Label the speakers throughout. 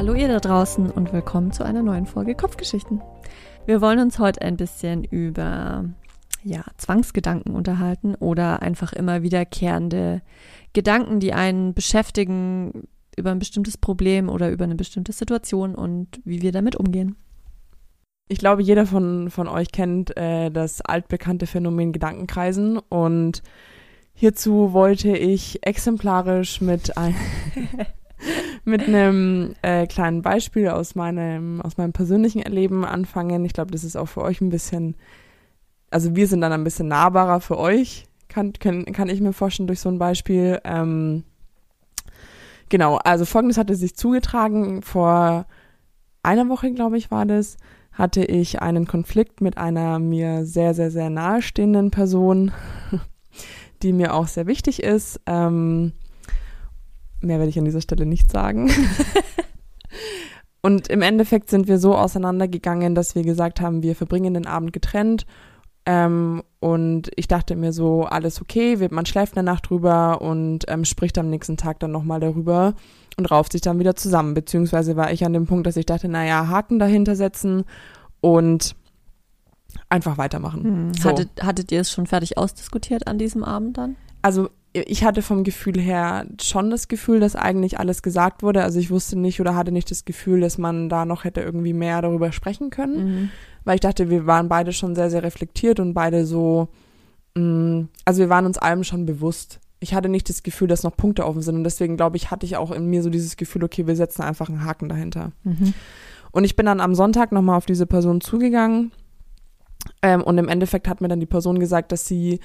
Speaker 1: Hallo ihr da draußen und willkommen zu einer neuen Folge Kopfgeschichten. Wir wollen uns heute ein bisschen über Zwangsgedanken unterhalten oder einfach immer wiederkehrende Gedanken, die einen beschäftigen über ein bestimmtes Problem oder über eine bestimmte Situation und wie wir damit umgehen.
Speaker 2: Ich glaube, jeder von euch kennt das altbekannte Phänomen Gedankenkreisen und hierzu wollte ich exemplarisch mit einem kleinen Beispiel aus meinem persönlichen Erleben anfangen. Ich glaube, das ist auch für euch ein bisschen, also wir sind dann ein bisschen nahbarer für euch, kann ich mir vorstellen durch so ein Beispiel. Genau, also Folgendes hatte sich zugetragen. Vor einer Woche, glaube ich, war das, hatte ich einen Konflikt mit einer mir sehr, sehr, sehr nahestehenden Person, die mir auch sehr wichtig ist. Mehr werde ich an dieser Stelle nicht sagen. Und im Endeffekt sind wir so auseinandergegangen, dass wir gesagt haben, wir verbringen den Abend getrennt. Und ich dachte mir so, alles okay, man schläft eine Nacht drüber und spricht am nächsten Tag dann nochmal darüber und rauft sich dann wieder zusammen. Beziehungsweise war ich an dem Punkt, dass ich dachte, Haken dahinter setzen und einfach weitermachen. So.
Speaker 1: Hattet ihr es schon fertig ausdiskutiert an diesem Abend dann?
Speaker 2: Also ich hatte vom Gefühl her schon das Gefühl, dass eigentlich alles gesagt wurde. Also ich wusste nicht oder hatte nicht das Gefühl, dass man da noch hätte irgendwie mehr darüber sprechen können. Weil ich dachte, wir waren beide schon sehr, sehr reflektiert und beide so, also wir waren uns allem schon bewusst. Ich hatte nicht das Gefühl, dass noch Punkte offen sind und deswegen, glaube ich, hatte ich auch in mir so dieses Gefühl, okay, wir setzen einfach einen Haken dahinter. Und ich bin dann am Sonntag nochmal auf diese Person zugegangen und im Endeffekt hat mir dann die Person gesagt, dass sie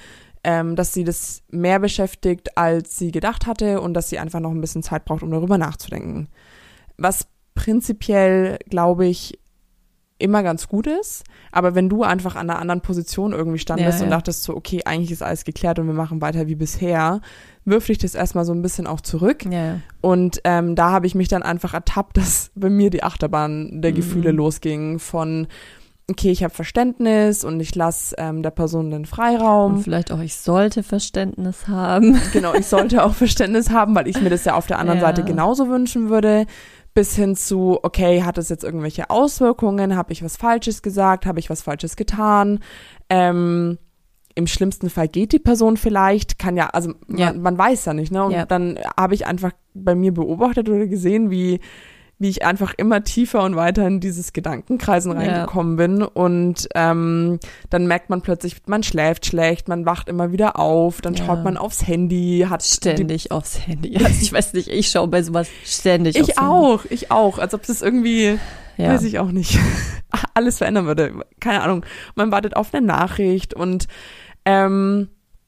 Speaker 2: das mehr beschäftigt, als sie gedacht hatte und dass sie einfach noch ein bisschen Zeit braucht, um darüber nachzudenken. Was prinzipiell, glaube ich, immer ganz gut ist, aber wenn du einfach an einer anderen Position irgendwie standest und dachtest so, okay, eigentlich ist alles geklärt und wir machen weiter wie bisher, wirft dich das erstmal so ein bisschen auch zurück. Und da habe ich mich dann einfach ertappt, dass bei mir die Achterbahn der Gefühle losging von okay, ich habe Verständnis und ich lasse der Person den Freiraum.
Speaker 1: Und vielleicht auch, ich sollte Verständnis haben.
Speaker 2: Genau, ich sollte auch Verständnis haben, weil ich mir das ja auf der anderen Seite genauso wünschen würde. Bis hin zu, okay, hat es jetzt irgendwelche Auswirkungen? Habe ich was Falsches gesagt? Habe ich was Falsches getan? Im schlimmsten Fall geht die Person vielleicht, man weiß ja nicht, ne? Und dann habe ich einfach bei mir beobachtet oder gesehen, wie ich einfach immer tiefer und weiter in dieses Gedankenkreisen reingekommen bin und dann merkt man plötzlich, man schläft schlecht, man wacht immer wieder auf, dann schaut man aufs Handy, hat
Speaker 1: ständig aufs Handy. Also ich weiß nicht, ich schaue bei sowas ständig aufs Handy.
Speaker 2: Ich auch, als ob das irgendwie, weiß ich auch nicht, alles verändern würde, keine Ahnung. Man wartet auf eine Nachricht und rein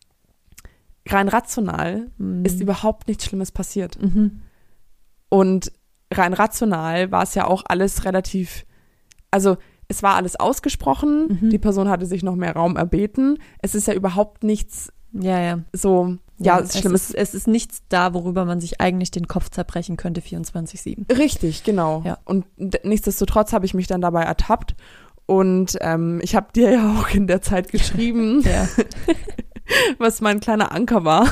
Speaker 2: rational ist überhaupt nichts Schlimmes passiert. Und rein rational war es ja auch alles relativ, also es war alles ausgesprochen, die Person hatte sich noch mehr Raum erbeten, es ist ja überhaupt nichts so, Schlimmes.
Speaker 1: Es ist nichts da, worüber man sich eigentlich den Kopf zerbrechen könnte 24/7.
Speaker 2: Richtig, genau. Ja. Und nichtsdestotrotz habe ich mich dann dabei ertappt und ich habe dir ja auch in der Zeit geschrieben, was mein kleiner Anker war.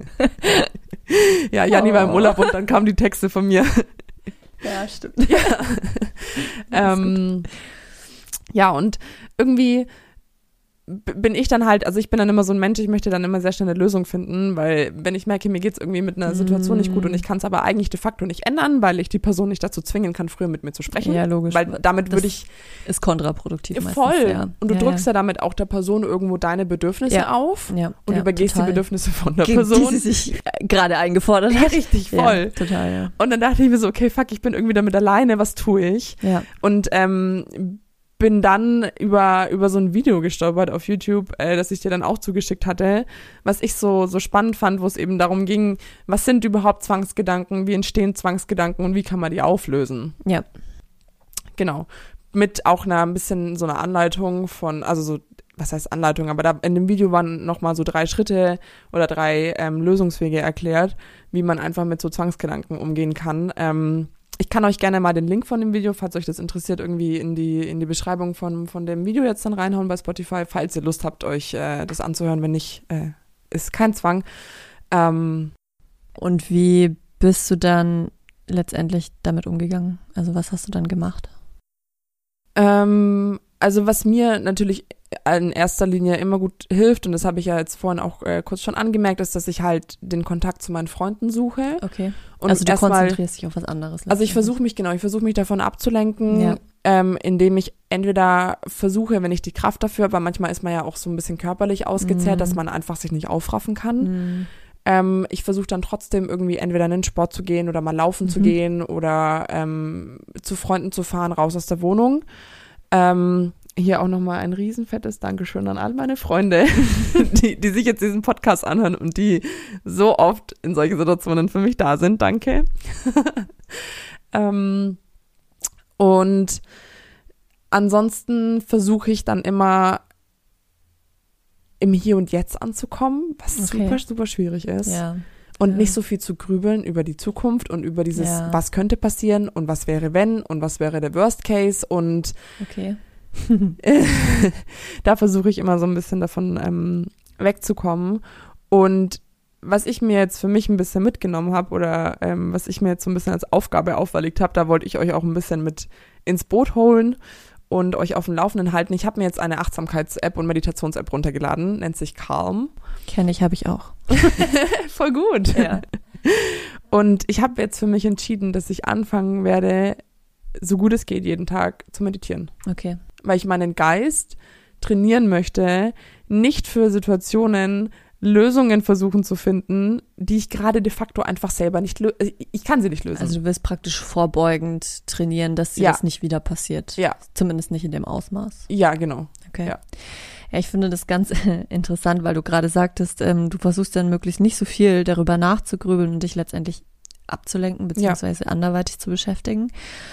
Speaker 2: Janni war im Urlaub und dann kamen die Texte von mir.
Speaker 1: Ja, stimmt.
Speaker 2: Und irgendwie bin ich dann halt, also ich bin dann immer so ein Mensch, ich möchte dann immer sehr schnell eine Lösung finden, weil wenn ich merke, mir geht's irgendwie mit einer Situation nicht gut und ich kann es aber eigentlich de facto nicht ändern, weil ich die Person nicht dazu zwingen kann, früher mit mir zu sprechen.
Speaker 1: Ja, logisch.
Speaker 2: Weil damit würde ich...
Speaker 1: Ist kontraproduktiv meistens.
Speaker 2: Voll.
Speaker 1: Ja.
Speaker 2: Und du drückst ja damit auch der Person irgendwo deine Bedürfnisse auf und übergehst
Speaker 1: total.
Speaker 2: Die Bedürfnisse von der Person.
Speaker 1: Die sie sich gerade eingefordert hat.
Speaker 2: Ja, richtig, voll.
Speaker 1: Ja, total, ja.
Speaker 2: Und dann dachte ich mir so, okay, fuck, ich bin irgendwie damit alleine, was tue ich?
Speaker 1: Ja.
Speaker 2: Und bin dann über so ein Video gestolpert auf YouTube, das ich dir dann auch zugeschickt hatte, was ich so spannend fand, wo es eben darum ging, was sind überhaupt Zwangsgedanken, wie entstehen Zwangsgedanken und wie kann man die auflösen?
Speaker 1: Ja.
Speaker 2: Genau. Mit auch ein bisschen so einer Anleitung von, also so, was heißt Anleitung, aber da in dem Video waren nochmal so 3 Schritte oder 3 Lösungswege erklärt, wie man einfach mit so Zwangsgedanken umgehen kann. Ich kann euch gerne mal den Link von dem Video, falls euch das interessiert, irgendwie in die Beschreibung von dem Video jetzt dann reinhauen bei Spotify, falls ihr Lust habt, euch das anzuhören. Wenn nicht, ist kein Zwang.
Speaker 1: Und wie bist du dann letztendlich damit umgegangen? Also was hast du dann gemacht?
Speaker 2: Also was mir natürlich in erster Linie immer gut hilft, und das habe ich ja jetzt vorhin auch kurz schon angemerkt, ist, dass ich halt den Kontakt zu meinen Freunden suche.
Speaker 1: Okay.
Speaker 2: Und
Speaker 1: also du konzentrierst dich auf was anderes.
Speaker 2: Also ich versuche mich davon abzulenken, indem ich entweder versuche, wenn ich die Kraft dafür habe, weil manchmal ist man ja auch so ein bisschen körperlich ausgezehrt, dass man einfach sich nicht aufraffen kann. Ich versuche dann trotzdem irgendwie entweder in den Sport zu gehen oder mal laufen zu gehen oder zu Freunden zu fahren, raus aus der Wohnung. Hier auch nochmal ein riesenfettes Dankeschön an all meine Freunde, die sich jetzt diesen Podcast anhören und die so oft in solche Situationen für mich da sind. Danke. Und ansonsten versuche ich dann immer im Hier und Jetzt anzukommen, was super, super schwierig ist.
Speaker 1: Ja.
Speaker 2: Und nicht so viel zu grübeln über die Zukunft und über dieses, was könnte passieren und was wäre wenn und was wäre der Worst Case und da versuche ich immer so ein bisschen davon wegzukommen. Und was ich mir jetzt für mich ein bisschen mitgenommen habe oder was ich mir jetzt so ein bisschen als Aufgabe auferlegt habe, da wollte ich euch auch ein bisschen mit ins Boot holen und euch auf dem Laufenden halten. Ich habe mir jetzt eine Achtsamkeits-App und Meditations-App runtergeladen, nennt sich Calm.
Speaker 1: Kenne ich, habe ich auch.
Speaker 2: Voll gut.
Speaker 1: Ja.
Speaker 2: Und ich habe jetzt für mich entschieden, dass ich anfangen werde, so gut es geht, jeden Tag zu meditieren.
Speaker 1: Okay.
Speaker 2: Weil ich meinen Geist trainieren möchte, nicht für Situationen Lösungen versuchen zu finden, die ich gerade de facto einfach selber nicht ich kann sie nicht lösen.
Speaker 1: Also du willst praktisch vorbeugend trainieren, dass dir das nicht wieder passiert.
Speaker 2: Ja.
Speaker 1: Zumindest nicht in dem Ausmaß.
Speaker 2: Ja, genau.
Speaker 1: Okay.
Speaker 2: Ja.
Speaker 1: Ja, ich finde das ganz interessant, weil du gerade sagtest, du versuchst dann möglichst nicht so viel darüber nachzugrübeln und dich letztendlich abzulenken beziehungsweise anderweitig zu beschäftigen.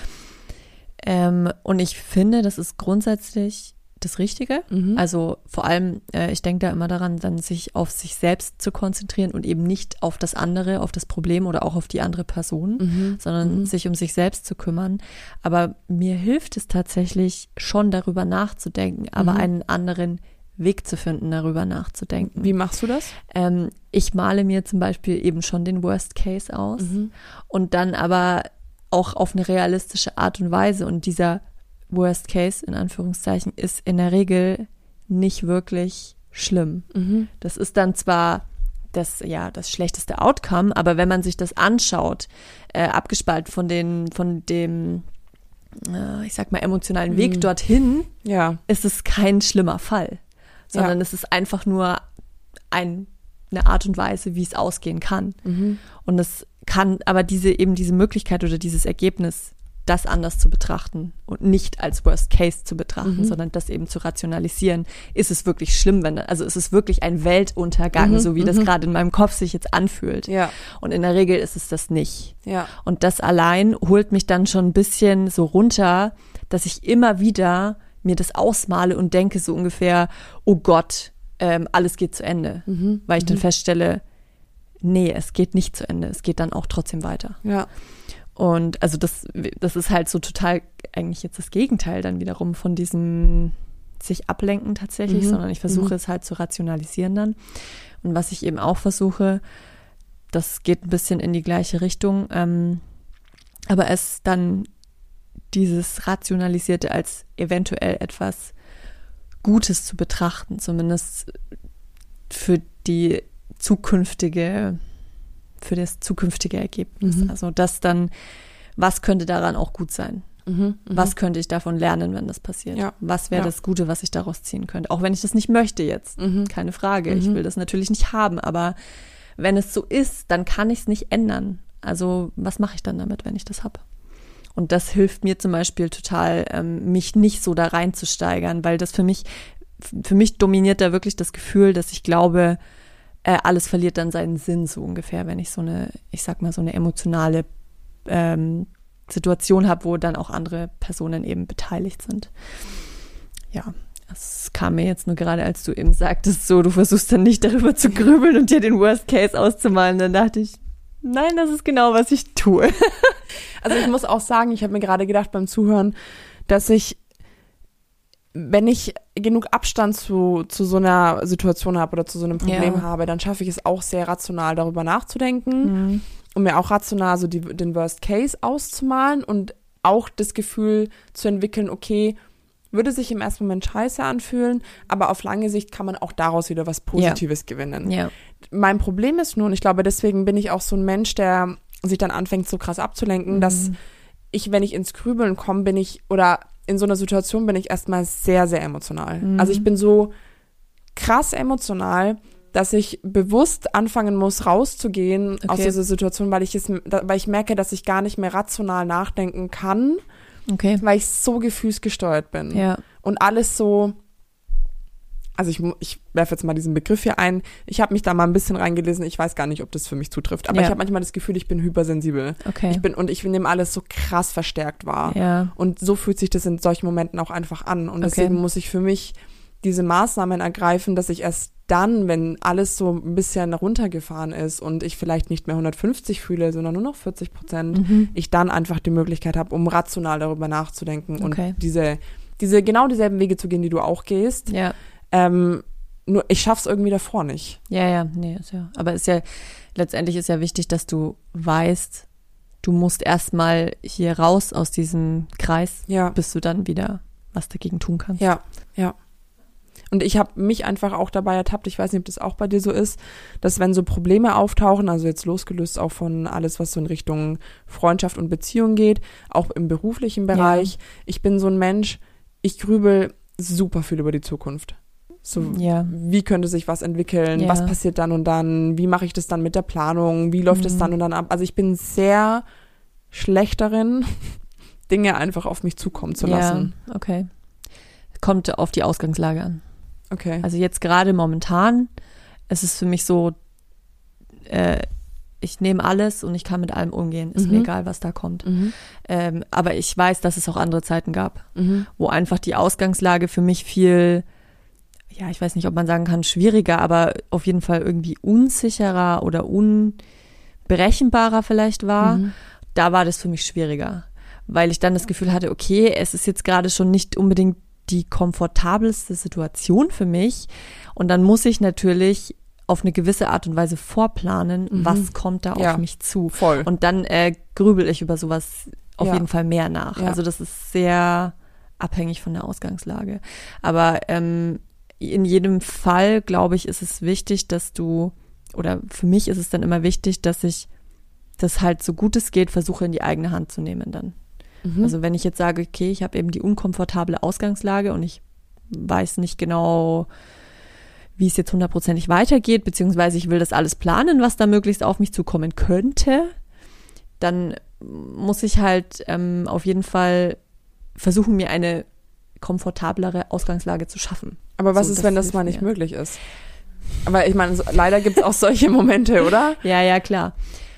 Speaker 1: Und ich finde, das ist grundsätzlich das Richtige. Also vor allem, ich denke da immer daran, dann sich auf sich selbst zu konzentrieren und eben nicht auf das andere, auf das Problem oder auch auf die andere Person, sondern sich um sich selbst zu kümmern. Aber mir hilft es tatsächlich schon, darüber nachzudenken, aber einen anderen Weg zu finden, darüber nachzudenken.
Speaker 2: Wie machst du das?
Speaker 1: Ich male mir zum Beispiel eben schon den Worst Case aus und dann aber auch auf eine realistische Art und Weise. Und dieser Worst Case, in Anführungszeichen, ist in der Regel nicht wirklich schlimm. Das ist dann zwar das schlechteste Outcome, aber wenn man sich das anschaut, abgespalten von dem ich sag mal, emotionalen Weg dorthin, ist es kein schlimmer Fall, sondern es ist einfach nur eine Art und Weise, wie es ausgehen kann. Und es kann aber diese Möglichkeit oder dieses Ergebnis, das anders zu betrachten und nicht als Worst Case zu betrachten, sondern das eben zu rationalisieren. Ist es wirklich schlimm, ist es wirklich ein Weltuntergang, so wie das gerade in meinem Kopf sich jetzt anfühlt.
Speaker 2: Ja.
Speaker 1: Und in der Regel ist es das nicht.
Speaker 2: Ja.
Speaker 1: Und das allein holt mich dann schon ein bisschen so runter, dass ich immer wieder mir das ausmale und denke so ungefähr, oh Gott, alles geht zu Ende. Weil ich dann feststelle, nee, es geht nicht zu Ende. Es geht dann auch trotzdem weiter.
Speaker 2: Ja.
Speaker 1: Und also das ist halt so total eigentlich jetzt das Gegenteil dann wiederum von diesem sich ablenken tatsächlich, sondern ich versuche es halt zu rationalisieren dann. Und was ich eben auch versuche, das geht ein bisschen in die gleiche Richtung, aber es dann dieses Rationalisierte als eventuell etwas Gutes zu betrachten, zumindest für das zukünftige Ergebnis. Also das dann, was könnte daran auch gut sein? Was könnte ich davon lernen, wenn das passiert?
Speaker 2: Ja.
Speaker 1: Was wäre das Gute, was ich daraus ziehen könnte? Auch wenn ich das nicht möchte jetzt, keine Frage. Ich will das natürlich nicht haben, aber wenn es so ist, dann kann ich es nicht ändern. Also was mache ich dann damit, wenn ich das habe? Und das hilft mir zum Beispiel total, mich nicht so da reinzusteigern, weil das für mich dominiert da wirklich das Gefühl, dass ich glaube, alles verliert dann seinen Sinn so ungefähr, wenn ich so eine emotionale Situation habe, wo dann auch andere Personen eben beteiligt sind. Ja, das kam mir jetzt nur gerade, als du eben sagtest, so, du versuchst dann nicht darüber zu grübeln und dir den Worst Case auszumalen. Dann dachte ich, nein, das ist genau, was ich tue.
Speaker 2: Also ich muss auch sagen, ich habe mir gerade gedacht beim Zuhören, dass ich, wenn ich genug Abstand zu so einer Situation habe oder zu so einem Problem habe, dann schaffe ich es auch sehr rational darüber nachzudenken und mir auch rational so den Worst Case auszumalen und auch das Gefühl zu entwickeln, okay, würde sich im ersten Moment scheiße anfühlen, aber auf lange Sicht kann man auch daraus wieder was Positives gewinnen.
Speaker 1: Ja.
Speaker 2: Mein Problem ist nun, ich glaube, deswegen bin ich auch so ein Mensch, der sich dann anfängt, so krass abzulenken, dass wenn ich ins Grübeln komme, oder in so einer Situation bin ich erstmal sehr, sehr emotional. Also ich bin so krass emotional, dass ich bewusst anfangen muss, rauszugehen aus dieser Situation, weil ich merke, dass ich gar nicht mehr rational nachdenken kann, weil ich so gefühlsgesteuert bin.
Speaker 1: Ja.
Speaker 2: Und alles so, also ich werfe jetzt mal diesen Begriff hier ein, ich habe mich da mal ein bisschen reingelesen, ich weiß gar nicht, ob das für mich zutrifft, aber ich habe manchmal das Gefühl, ich bin hypersensibel.
Speaker 1: Okay.
Speaker 2: Ich nehme alles so krass verstärkt wahr.
Speaker 1: Ja.
Speaker 2: Und so fühlt sich das in solchen Momenten auch einfach an. Und deswegen muss ich für mich diese Maßnahmen ergreifen, dass ich erst dann, wenn alles so ein bisschen runtergefahren ist und ich vielleicht nicht mehr 150 fühle, sondern nur noch 40%, ich dann einfach die Möglichkeit habe, um rational darüber nachzudenken und genau dieselben Wege zu gehen, die du auch gehst.
Speaker 1: Ja.
Speaker 2: Nur ich schaff's irgendwie davor nicht.
Speaker 1: Ja, nee, aber letztendlich ist ja wichtig, dass du weißt, du musst erstmal hier raus aus diesem Kreis, bis du dann wieder was dagegen tun kannst.
Speaker 2: Ja. Und ich habe mich einfach auch dabei ertappt, ich weiß nicht, ob das auch bei dir so ist, dass wenn so Probleme auftauchen, also jetzt losgelöst auch von alles, was so in Richtung Freundschaft und Beziehung geht, auch im beruflichen Bereich, ich bin so ein Mensch, ich grübel super viel über die Zukunft. So, wie könnte sich was entwickeln, was passiert dann und dann, wie mache ich das dann mit der Planung, wie läuft es dann und dann ab. Also ich bin sehr schlecht darin, Dinge einfach auf mich zukommen zu lassen.
Speaker 1: Ja, okay. Kommt auf die Ausgangslage an.
Speaker 2: Okay.
Speaker 1: Also jetzt gerade momentan ist es für mich so, ich nehme alles und ich kann mit allem umgehen. Ist mir egal, was da kommt. Aber ich weiß, dass es auch andere Zeiten gab, wo einfach die Ausgangslage für mich viel, ich weiß nicht, ob man sagen kann, schwieriger, aber auf jeden Fall irgendwie unsicherer oder unberechenbarer vielleicht war. Da war das für mich schwieriger, weil ich dann das Gefühl hatte, okay, es ist jetzt gerade schon nicht unbedingt die komfortabelste Situation für mich und dann muss ich natürlich auf eine gewisse Art und Weise vorplanen, was kommt da auf mich zu.
Speaker 2: Voll.
Speaker 1: Und dann grübel ich über sowas auf jeden Fall mehr nach. Ja. Also das ist sehr abhängig von der Ausgangslage. Aber in jedem Fall, glaube ich, ist es wichtig, oder für mich ist es dann immer wichtig, dass ich das halt so gut es geht versuche in die eigene Hand zu nehmen dann. Also wenn ich jetzt sage, okay, ich habe eben die unkomfortable Ausgangslage und ich weiß nicht genau, wie es jetzt 100% weitergeht, beziehungsweise ich will das alles planen, was da möglichst auf mich zukommen könnte, dann muss ich halt auf jeden Fall versuchen, mir eine komfortablere Ausgangslage zu schaffen.
Speaker 2: Aber was ist, wenn das mal nicht möglich ist? Aber ich meine, leider gibt es auch solche Momente, oder?
Speaker 1: Ja, klar.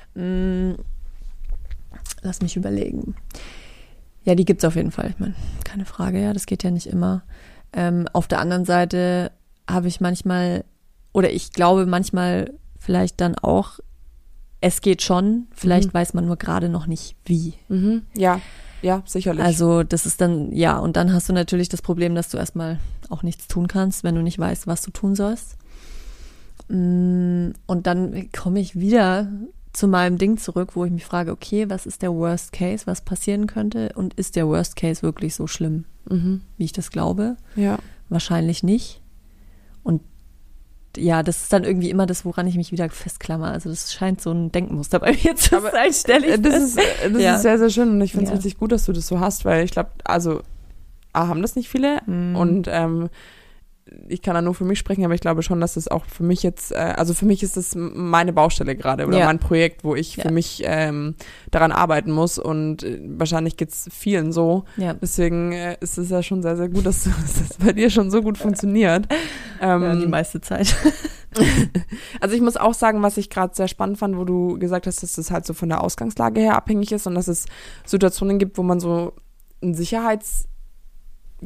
Speaker 1: Lass mich überlegen. Ja, die gibt's auf jeden Fall. Ich meine, keine Frage, das geht ja nicht immer. Auf der anderen Seite habe ich manchmal, oder ich glaube manchmal vielleicht dann auch, es geht schon, vielleicht weiß man nur gerade noch nicht wie.
Speaker 2: Ja, sicherlich.
Speaker 1: Also das ist dann, und dann hast du natürlich das Problem, dass du erstmal auch nichts tun kannst, wenn du nicht weißt, was du tun sollst. Und dann komme ich wieder zu meinem Ding zurück, wo ich mich frage, okay, was ist der Worst Case, was passieren könnte und ist der Worst Case wirklich so schlimm, wie ich das glaube?
Speaker 2: Ja.
Speaker 1: Wahrscheinlich nicht. Und das ist dann irgendwie immer das, woran ich mich wieder festklammer. Also das scheint so ein Denkmuster bei mir zu sein, stelle ich
Speaker 2: fest. Das ist sehr, sehr schön und ich finde es richtig gut, dass du das so hast, weil ich glaube, also haben das nicht viele und ich kann da nur für mich sprechen, aber ich glaube schon, dass das auch für mich jetzt, also für mich ist das meine Baustelle gerade oder mein Projekt, wo ich für mich daran arbeiten muss und wahrscheinlich geht's vielen so. Ja. Deswegen ist es ja schon sehr, sehr gut, dass das bei dir schon so gut funktioniert.
Speaker 1: Die meiste Zeit.
Speaker 2: Also ich muss auch sagen, was ich gerade sehr spannend fand, wo du gesagt hast, dass das halt so von der Ausgangslage her abhängig ist und dass es Situationen gibt, wo man so ein Sicherheitsgefühl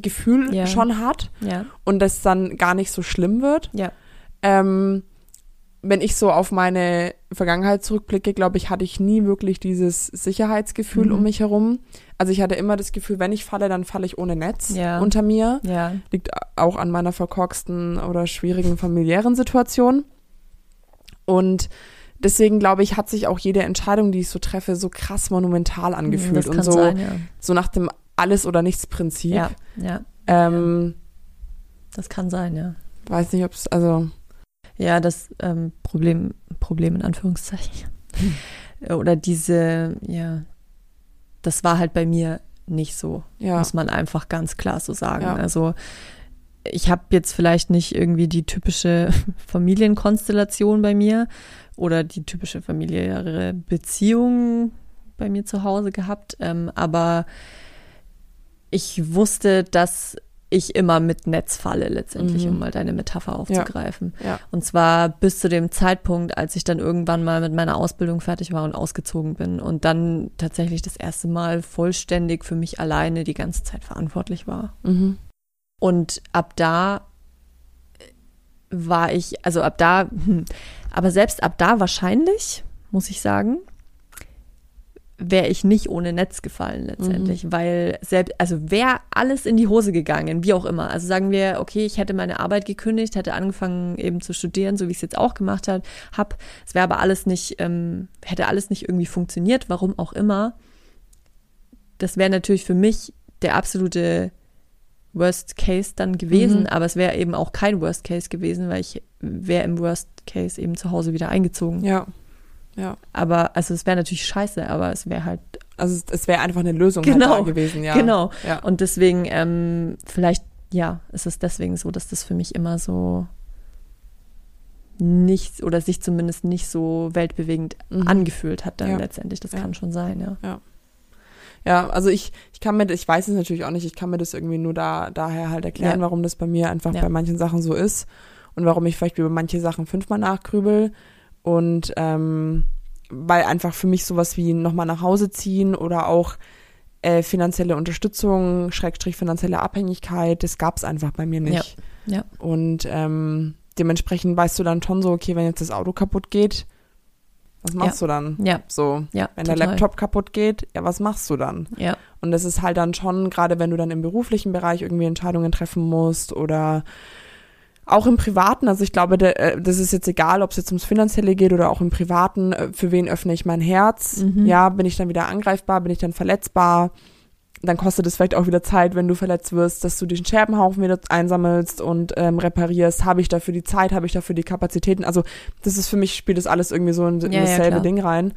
Speaker 2: schon hat und das dann gar nicht so schlimm wird.
Speaker 1: Ja.
Speaker 2: wenn ich so auf meine Vergangenheit zurückblicke, glaube ich, hatte ich nie wirklich dieses Sicherheitsgefühl um mich herum. Also ich hatte immer das Gefühl, wenn ich falle, dann falle ich ohne Netz unter mir.
Speaker 1: Ja.
Speaker 2: Liegt auch an meiner verkorksten oder schwierigen familiären Situation. Und deswegen, glaube ich, hat sich auch jede Entscheidung, die ich so treffe, so krass monumental angefühlt.
Speaker 1: Das kann
Speaker 2: und so,
Speaker 1: sein,
Speaker 2: so nach dem Alles-oder-nichts-Prinzip.
Speaker 1: Ja. Das kann sein, ja.
Speaker 2: Weiß nicht, ob es, also...
Speaker 1: Ja, das Problem in Anführungszeichen. Oder diese, das war halt bei mir nicht so, muss man einfach ganz klar so sagen. Ja. Also ich habe jetzt vielleicht nicht irgendwie die typische Familienkonstellation bei mir oder die typische familiäre Beziehung bei mir zu Hause gehabt, aber ich wusste, dass ich immer mit Netz falle letztendlich, um mal deine Metapher aufzugreifen. Ja. Und zwar bis zu dem Zeitpunkt, als ich dann irgendwann mal mit meiner Ausbildung fertig war und ausgezogen bin und dann tatsächlich das erste Mal vollständig für mich alleine die ganze Zeit verantwortlich war. Und ab da war ich, also ab da, aber selbst ab da wahrscheinlich, muss ich sagen, wäre ich nicht ohne Netz gefallen letztendlich, weil wäre alles in die Hose gegangen, wie auch immer. Also sagen wir, okay, ich hätte meine Arbeit gekündigt, hätte angefangen eben zu studieren, so wie ich es jetzt auch gemacht habe. Es wäre aber alles nicht, hätte alles nicht irgendwie funktioniert, warum auch immer. Das wäre natürlich für mich der absolute Worst Case dann gewesen, aber es wäre eben auch kein Worst Case gewesen, weil ich wäre im Worst Case eben zu Hause wieder eingezogen. Ja. Aber, also es wäre natürlich scheiße, aber es wäre halt...
Speaker 2: Also es wäre einfach eine Lösung halt da gewesen, ja.
Speaker 1: Genau,
Speaker 2: ja.
Speaker 1: Und deswegen, vielleicht, ist es deswegen so, dass das für mich immer so nicht, oder sich zumindest nicht so weltbewegend angefühlt hat dann letztendlich. Das kann schon sein,
Speaker 2: Ja, also ich weiß es natürlich auch nicht, ich kann mir das irgendwie nur daher halt erklären, warum das bei mir einfach bei manchen Sachen so ist und warum ich vielleicht über manche Sachen 5-mal nachgrübel. Und weil einfach für mich sowas wie nochmal nach Hause ziehen oder auch finanzielle Unterstützung, / finanzielle Abhängigkeit, das gab es einfach bei mir nicht.
Speaker 1: Ja.
Speaker 2: Und dementsprechend weißt du dann schon so, okay, wenn jetzt das Auto kaputt geht, was machst du dann?
Speaker 1: Ja.
Speaker 2: So, wenn der Laptop kaputt geht, was machst du dann?
Speaker 1: Ja.
Speaker 2: Und das ist halt dann schon, gerade wenn du dann im beruflichen Bereich irgendwie Entscheidungen treffen musst oder auch im Privaten, also ich glaube, das ist jetzt egal, ob es jetzt ums Finanzielle geht oder auch im Privaten, für wen öffne ich mein Herz? Ja, bin ich dann wieder angreifbar, bin ich dann verletzbar? Dann kostet es vielleicht auch wieder Zeit, wenn du verletzt wirst, dass du den Scherbenhaufen wieder einsammelst und reparierst. Habe ich dafür die Zeit, habe ich dafür die Kapazitäten? Also das ist für mich, spielt das alles irgendwie so in dasselbe Ding rein.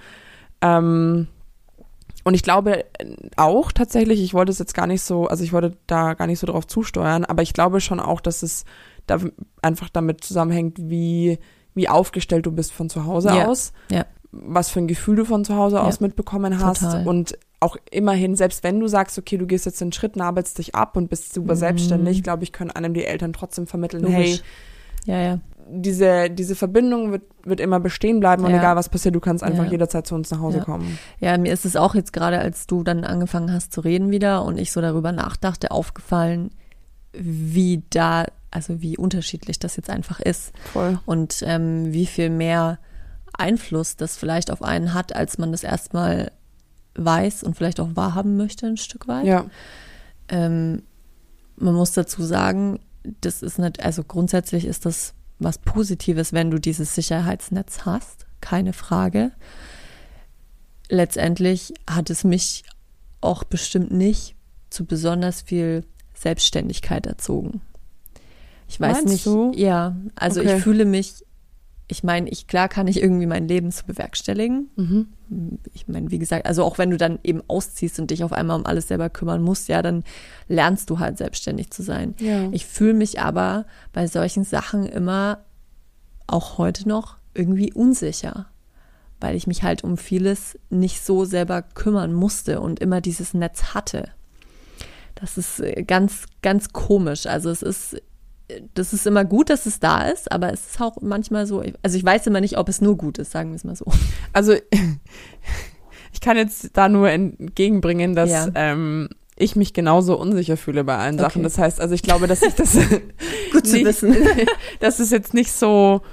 Speaker 2: Und ich glaube auch tatsächlich, ich wollte da gar nicht so drauf zusteuern, aber ich glaube schon auch, dass es da einfach damit zusammenhängt, wie aufgestellt du bist von zu Hause aus, was für ein Gefühl du von zu Hause aus mitbekommen hast. Total. Und auch immerhin, selbst wenn du sagst, okay, du gehst jetzt den Schritt, nabelst dich ab und bist super selbstständig, glaube ich, können einem die Eltern trotzdem vermitteln,
Speaker 1: Logisch.
Speaker 2: Hey, diese Verbindung wird immer bestehen bleiben und egal was passiert, du kannst einfach jederzeit zu uns nach Hause kommen.
Speaker 1: Ja, mir ist es auch jetzt gerade, als du dann angefangen hast zu reden wieder und ich so darüber nachdachte, aufgefallen, wie unterschiedlich das jetzt einfach ist.
Speaker 2: Voll.
Speaker 1: Und wie viel mehr Einfluss das vielleicht auf einen hat, als man das erstmal weiß und vielleicht auch wahrhaben möchte ein Stück weit.
Speaker 2: Ja.
Speaker 1: Man muss dazu sagen, das ist nicht, also grundsätzlich ist das was Positives, wenn du dieses Sicherheitsnetz hast, keine Frage. Letztendlich hat es mich auch bestimmt nicht zu besonders viel Selbstständigkeit erzogen. Ich weiß
Speaker 2: Meinst
Speaker 1: nicht,
Speaker 2: du?
Speaker 1: Ja, also
Speaker 2: Okay.
Speaker 1: Ich fühle mich, klar kann ich irgendwie mein Leben zu bewerkstelligen. Ich meine, wie gesagt, also auch wenn du dann eben ausziehst und dich auf einmal um alles selber kümmern musst, dann lernst du halt selbstständig zu sein.
Speaker 2: Ja.
Speaker 1: Ich fühle mich aber bei solchen Sachen immer, auch heute noch, irgendwie unsicher, weil ich mich halt um vieles nicht so selber kümmern musste und immer dieses Netz hatte. Das ist ganz, ganz komisch. Also das ist immer gut, dass es da ist, aber es ist auch manchmal so, also ich weiß immer nicht, ob es nur gut ist, sagen wir es mal so.
Speaker 2: Also ich kann jetzt da nur entgegenbringen, dass ich mich genauso unsicher fühle bei allen Sachen. Das heißt, also ich glaube, dass ich das
Speaker 1: gut zu wissen,
Speaker 2: dass es jetzt nicht so,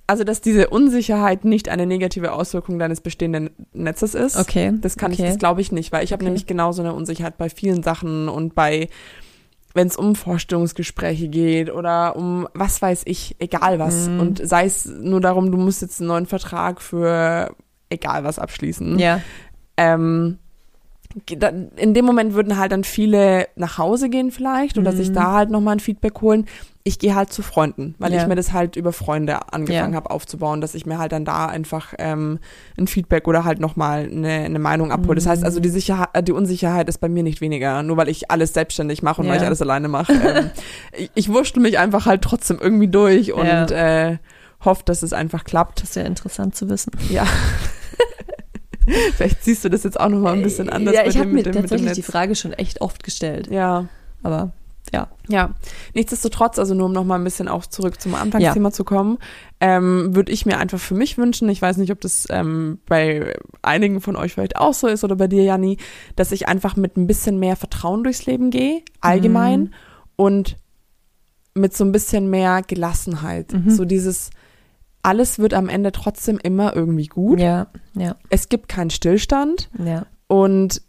Speaker 2: Also, dass diese Unsicherheit nicht eine negative Auswirkung deines bestehenden Netzes ist.
Speaker 1: Okay.
Speaker 2: Das glaube ich nicht, weil ich habe nämlich genauso eine Unsicherheit bei vielen Sachen und wenn es um Vorstellungsgespräche geht oder um was weiß ich, egal was. Und sei es nur darum, du musst jetzt einen neuen Vertrag für egal was abschließen.
Speaker 1: Ja.
Speaker 2: In dem Moment würden halt dann viele nach Hause gehen vielleicht oder sich da halt nochmal ein Feedback holen. Ich gehe halt zu Freunden, weil ich mir das halt über Freunde angefangen habe aufzubauen, dass ich mir halt dann da einfach ein Feedback oder halt nochmal eine Meinung abhole. Das heißt also, die Unsicherheit ist bei mir nicht weniger, nur weil ich alles selbstständig mache und weil ich alles alleine mache. Ich wurschtel mich einfach halt trotzdem irgendwie durch und hoffe, dass es einfach klappt.
Speaker 1: Das ist ja interessant zu wissen.
Speaker 2: Ja. Vielleicht siehst du das jetzt auch nochmal ein bisschen anders.
Speaker 1: Ja, ich habe mir tatsächlich die Frage schon echt oft gestellt.
Speaker 2: Ja.
Speaker 1: Aber
Speaker 2: ja. Nichtsdestotrotz, also nur um nochmal ein bisschen auch zurück zum Anfangsthema zu kommen, würde ich mir einfach für mich wünschen, ich weiß nicht, ob das bei einigen von euch vielleicht auch so ist oder bei dir, Janni, dass ich einfach mit ein bisschen mehr Vertrauen durchs Leben gehe, allgemein, und mit so ein bisschen mehr Gelassenheit. So dieses, alles wird am Ende trotzdem immer irgendwie gut.
Speaker 1: Ja.
Speaker 2: Es gibt keinen Stillstand.
Speaker 1: Ja.
Speaker 2: Und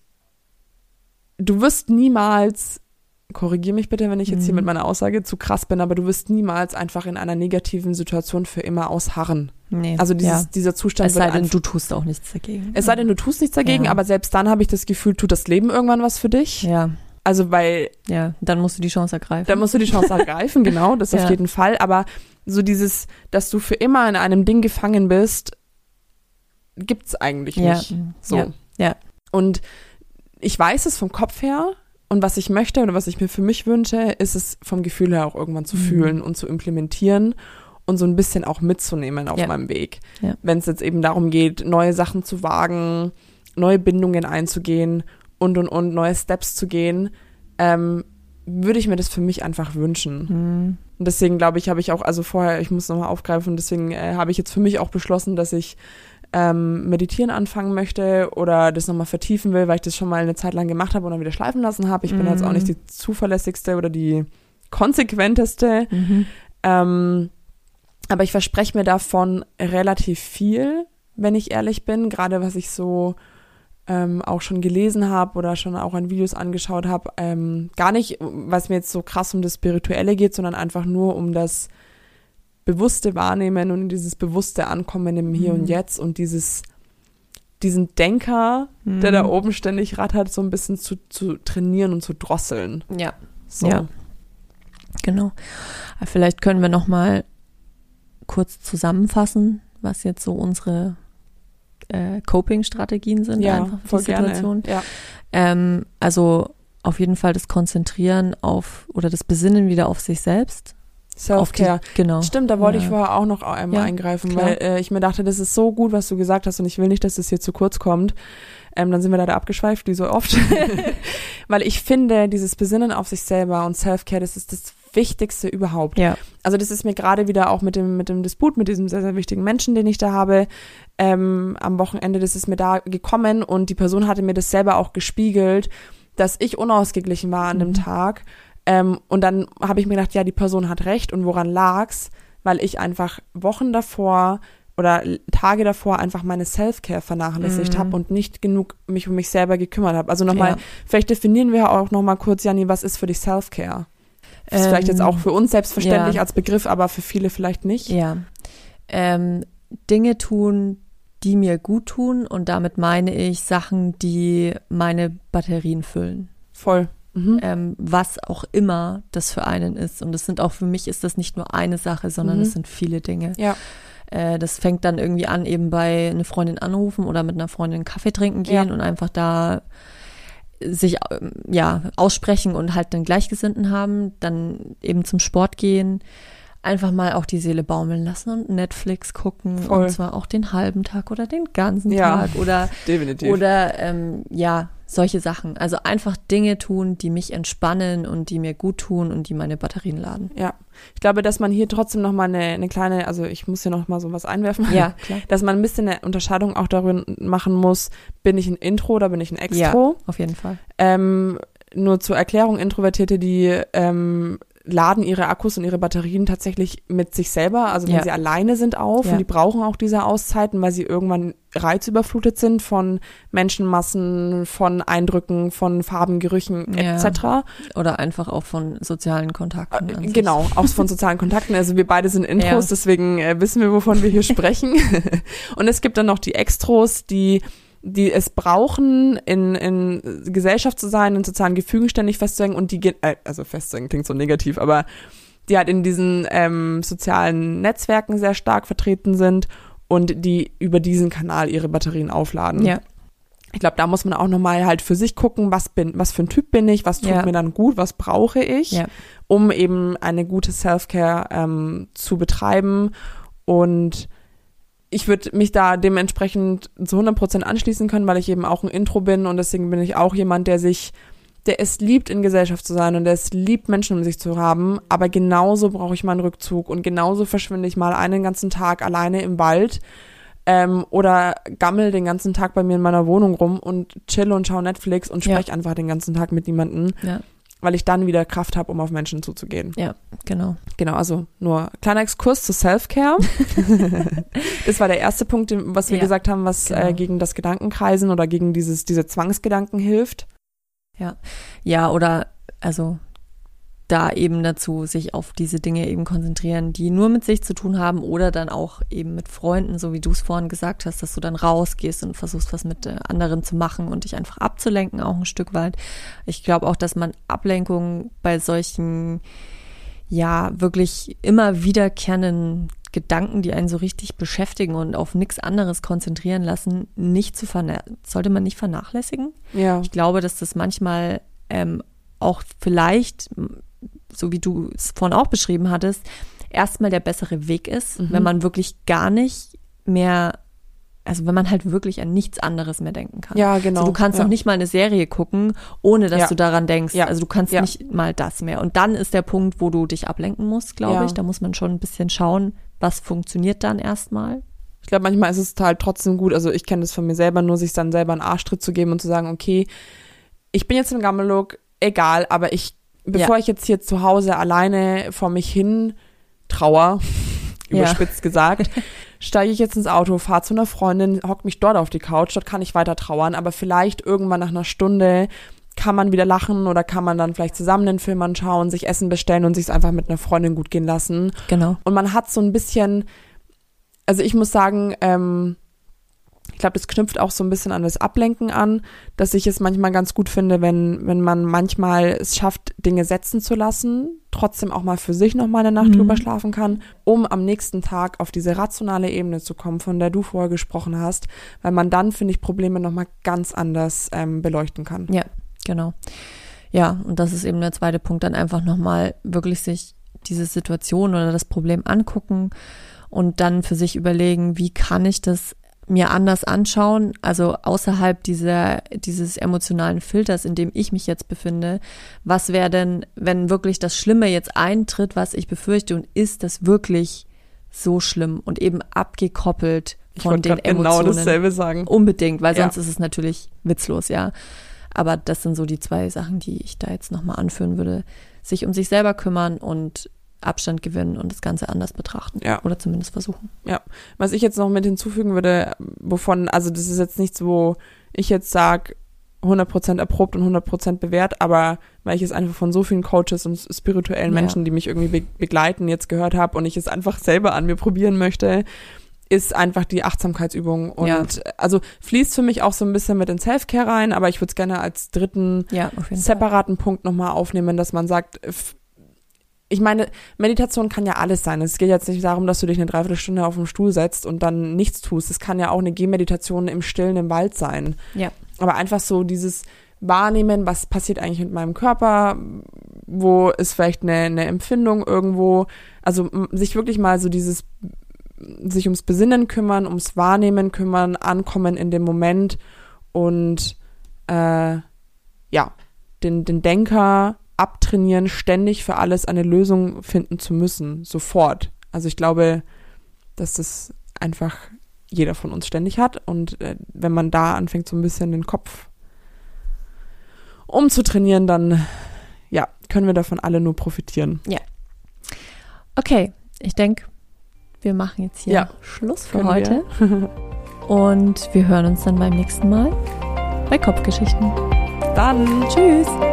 Speaker 2: du wirst niemals, korrigiere mich bitte, wenn ich jetzt hier mit meiner Aussage zu krass bin, aber du wirst niemals einfach in einer negativen Situation für immer ausharren.
Speaker 1: Nee.
Speaker 2: Also dieser Zustand
Speaker 1: es sei denn, du tust auch nichts dagegen.
Speaker 2: Es sei denn, du tust nichts dagegen, aber selbst dann habe ich das Gefühl, tut das Leben irgendwann was für dich.
Speaker 1: Ja.
Speaker 2: Also
Speaker 1: dann musst du die Chance ergreifen.
Speaker 2: Dann musst du die Chance ergreifen, genau, das auf jeden Fall. Aber so dieses, dass du für immer in einem Ding gefangen bist, gibt's eigentlich nicht. So.
Speaker 1: Ja.
Speaker 2: Und ich weiß es vom Kopf her und was ich möchte oder was ich mir für mich wünsche, ist es vom Gefühl her auch irgendwann zu fühlen und zu implementieren und so ein bisschen auch mitzunehmen auf meinem Weg. Ja. Wenn es jetzt eben darum geht, neue Sachen zu wagen, neue Bindungen einzugehen und neue Steps zu gehen, würde ich mir das für mich einfach wünschen. Und deswegen glaube ich, habe ich auch, also vorher, ich muss nochmal aufgreifen, deswegen habe ich jetzt für mich auch beschlossen, dass ich meditieren anfangen möchte oder das nochmal vertiefen will, weil ich das schon mal eine Zeit lang gemacht habe und dann wieder schleifen lassen habe. Ich bin jetzt auch nicht die zuverlässigste oder die konsequenteste. Aber ich verspreche mir davon relativ viel, wenn ich ehrlich bin, gerade was ich so auch schon gelesen habe oder schon auch an Videos angeschaut habe. Gar nicht, was mir jetzt so krass um das Spirituelle geht, sondern einfach nur um das bewusste Wahrnehmen und dieses bewusste Ankommen im Hier und Jetzt und diesen Denker, der da oben ständig rattert, so ein bisschen zu trainieren und zu drosseln.
Speaker 1: Ja.
Speaker 2: So.
Speaker 1: Ja. Genau. Vielleicht können wir noch mal kurz zusammenfassen, was jetzt so unsere Coping-Strategien sind, einfach für die Situation.
Speaker 2: Ja.
Speaker 1: Also auf jeden Fall das Konzentrieren oder das Besinnen wieder auf sich selbst.
Speaker 2: Self-Care.
Speaker 1: Genau.
Speaker 2: Stimmt, da wollte ich vorher auch noch einmal eingreifen, klar. Weil ich mir dachte, das ist so gut, was du gesagt hast und ich will nicht, dass das hier zu kurz kommt. Dann sind wir leider abgeschweift, wie so oft. Weil ich finde, dieses Besinnen auf sich selber und Self-Care, das ist das Wichtigste überhaupt.
Speaker 1: Ja.
Speaker 2: Also das ist mir gerade wieder auch mit dem Disput, mit diesem sehr, sehr wichtigen Menschen, den ich da habe, am Wochenende, das ist mir da gekommen und die Person hatte mir das selber auch gespiegelt, dass ich unausgeglichen war an dem Tag. Und dann habe ich mir gedacht, ja, die Person hat recht. Und woran lag's? Weil ich einfach Wochen davor oder Tage davor einfach meine Self-Care vernachlässigt habe und nicht genug mich um mich selber gekümmert habe. Also nochmal, vielleicht definieren wir auch nochmal kurz, Janni, was ist für dich Self-Care? Das ist vielleicht jetzt auch für uns selbstverständlich als Begriff, aber für viele vielleicht nicht.
Speaker 1: Ja. Dinge tun, die mir gut tun und damit meine ich Sachen, die meine Batterien füllen.
Speaker 2: Voll.
Speaker 1: Was auch immer das für einen ist. Und das sind auch, für mich ist das nicht nur eine Sache, sondern es sind viele Dinge.
Speaker 2: Ja.
Speaker 1: Das fängt dann irgendwie an, eben bei einer Freundin anrufen oder mit einer Freundin einen Kaffee trinken gehen und einfach da sich aussprechen und halt einen Gleichgesinnten haben, dann eben zum Sport gehen, einfach mal auch die Seele baumeln lassen und Netflix gucken.
Speaker 2: Voll.
Speaker 1: Und zwar auch den halben Tag oder den ganzen Tag oder
Speaker 2: definitiv.
Speaker 1: Oder solche Sachen. Also einfach Dinge tun, die mich entspannen und die mir gut tun und die meine Batterien laden.
Speaker 2: Ja, ich glaube, dass man hier trotzdem nochmal eine kleine, also ich muss hier nochmal so was einwerfen.
Speaker 1: Ja, klar.
Speaker 2: Dass man ein bisschen eine Unterscheidung auch darin machen muss, bin ich ein Intro oder bin ich ein Extro?
Speaker 1: Ja, auf jeden Fall.
Speaker 2: Nur zur Erklärung, Introvertierte, die laden ihre Akkus und ihre Batterien tatsächlich mit sich selber, also wenn sie alleine sind und die brauchen auch diese Auszeiten, weil sie irgendwann reizüberflutet sind von Menschenmassen, von Eindrücken, von Farben, Gerüchen etc.
Speaker 1: Oder einfach auch von sozialen Kontakten.
Speaker 2: Genau, auch von sozialen Kontakten. Also wir beide sind Intros, deswegen wissen wir, wovon wir hier sprechen. Und es gibt dann noch die Extros, die es brauchen, in Gesellschaft zu sein, in sozialen Gefügen ständig festzuhängen und also festzuhängen klingt so negativ, aber die halt in diesen sozialen Netzwerken sehr stark vertreten sind und die über diesen Kanal ihre Batterien aufladen.
Speaker 1: Ja.
Speaker 2: Ich glaube, da muss man auch nochmal halt für sich gucken, was für ein Typ bin ich, was tut mir dann gut, was brauche ich, um eben eine gute Self-Care zu betreiben. Und ich würde mich da dementsprechend zu 100% anschließen können, weil ich eben auch ein Intro bin und deswegen bin ich auch jemand, der es liebt, in Gesellschaft zu sein und der es liebt, Menschen um sich zu haben, aber genauso brauche ich mal einen Rückzug und genauso verschwinde ich mal einen ganzen Tag alleine im Wald oder gammel den ganzen Tag bei mir in meiner Wohnung rum und chill und schaue Netflix und spreche einfach den ganzen Tag mit niemandem. Ja. Weil ich dann wieder Kraft habe, um auf Menschen zuzugehen.
Speaker 1: Ja, genau.
Speaker 2: Genau, also nur kleiner Exkurs zu Self-Care. Das war der erste Punkt, was wir gesagt haben, was gegen das Gedankenkreisen oder gegen diese Zwangsgedanken hilft.
Speaker 1: Ja, oder also da eben dazu sich auf diese Dinge eben konzentrieren, die nur mit sich zu tun haben oder dann auch eben mit Freunden, so wie du es vorhin gesagt hast, dass du dann rausgehst und versuchst, was mit anderen zu machen und dich einfach abzulenken, auch ein Stück weit. Ich glaube auch, dass man Ablenkung bei solchen, wirklich immer wiederkehrenden Gedanken, die einen so richtig beschäftigen und auf nichts anderes konzentrieren lassen, sollte man nicht vernachlässigen. Ja. Ich glaube, dass das manchmal auch vielleicht, so wie du es vorhin auch beschrieben hattest, erstmal der bessere Weg ist, wenn man wirklich gar nicht mehr, also wenn man halt wirklich an nichts anderes mehr denken kann.
Speaker 2: Ja, genau.
Speaker 1: Also du kannst noch nicht mal eine Serie gucken, ohne dass du daran denkst. Ja. Also du kannst nicht mal das mehr. Und dann ist der Punkt, wo du dich ablenken musst, glaube ich. Da muss man schon ein bisschen schauen, was funktioniert dann erstmal.
Speaker 2: Ich glaube, manchmal ist es halt trotzdem gut, also ich kenne das von mir selber, nur sich dann selber einen Arschtritt zu geben und zu sagen, okay, ich bin jetzt im Gammellook, egal, aber bevor ich jetzt hier zu Hause alleine vor mich hin trauer, überspitzt gesagt, steige ich jetzt ins Auto, fahre zu einer Freundin, hock mich dort auf die Couch, dort kann ich weiter trauern, aber vielleicht irgendwann nach einer Stunde kann man wieder lachen oder kann man dann vielleicht zusammen den Film anschauen, sich Essen bestellen und sich es einfach mit einer Freundin gut gehen lassen.
Speaker 1: Genau.
Speaker 2: Und man hat so ein bisschen, also ich muss sagen, ich glaube, das knüpft auch so ein bisschen an das Ablenken an, dass ich es manchmal ganz gut finde, wenn man manchmal es schafft, Dinge setzen zu lassen, trotzdem auch mal für sich noch mal eine Nacht drüber schlafen kann, um am nächsten Tag auf diese rationale Ebene zu kommen, von der du vorher gesprochen hast, weil man dann, finde ich, Probleme noch mal ganz anders beleuchten kann.
Speaker 1: Ja, genau. Ja, und das ist eben der zweite Punkt, dann einfach noch mal wirklich sich diese Situation oder das Problem angucken und dann für sich überlegen, wie kann ich das mir anders anschauen, also außerhalb dieses emotionalen Filters, in dem ich mich jetzt befinde. Was wäre denn, wenn wirklich das Schlimme jetzt eintritt, was ich befürchte, und ist das wirklich so schlimm und eben abgekoppelt von den Emotionen?
Speaker 2: Genau dasselbe sagen.
Speaker 1: Unbedingt, weil sonst ist es natürlich witzlos, ja. Aber das sind so die zwei Sachen, die ich da jetzt nochmal anführen würde. Sich um sich selber kümmern und Abstand gewinnen und das Ganze anders betrachten. Ja. Oder zumindest versuchen.
Speaker 2: Ja. Was ich jetzt noch mit hinzufügen würde, also das ist jetzt nichts, wo ich jetzt sage, 100% erprobt und 100% bewährt, aber weil ich es einfach von so vielen Coaches und spirituellen Menschen, die mich irgendwie begleiten, jetzt gehört habe und ich es einfach selber an mir probieren möchte, ist einfach die Achtsamkeitsübung. Und also fließt für mich auch so ein bisschen mit in Self-Care rein, aber ich würde es gerne als dritten separaten Punkt nochmal aufnehmen, dass man sagt, ich meine, Meditation kann ja alles sein. Es geht jetzt nicht darum, dass du dich eine Dreiviertelstunde auf den Stuhl setzt und dann nichts tust. Es kann ja auch eine Gehmeditation im Stillen im Wald sein. Ja. Aber einfach so dieses Wahrnehmen, was passiert eigentlich mit meinem Körper, wo ist vielleicht eine Empfindung irgendwo. Also sich wirklich mal so sich ums Besinnen kümmern, ums Wahrnehmen kümmern, ankommen in dem Moment und den Denker abtrainieren, ständig für alles eine Lösung finden zu müssen, sofort. Also ich glaube, dass das einfach jeder von uns ständig hat und wenn man da anfängt, so ein bisschen den Kopf umzutrainieren, dann können wir davon alle nur profitieren.
Speaker 1: Ja. Okay, ich denke, wir machen jetzt hier Schluss für heute. Und wir hören uns dann beim nächsten Mal bei Kopfgeschichten.
Speaker 2: Dann.
Speaker 1: Tschüss.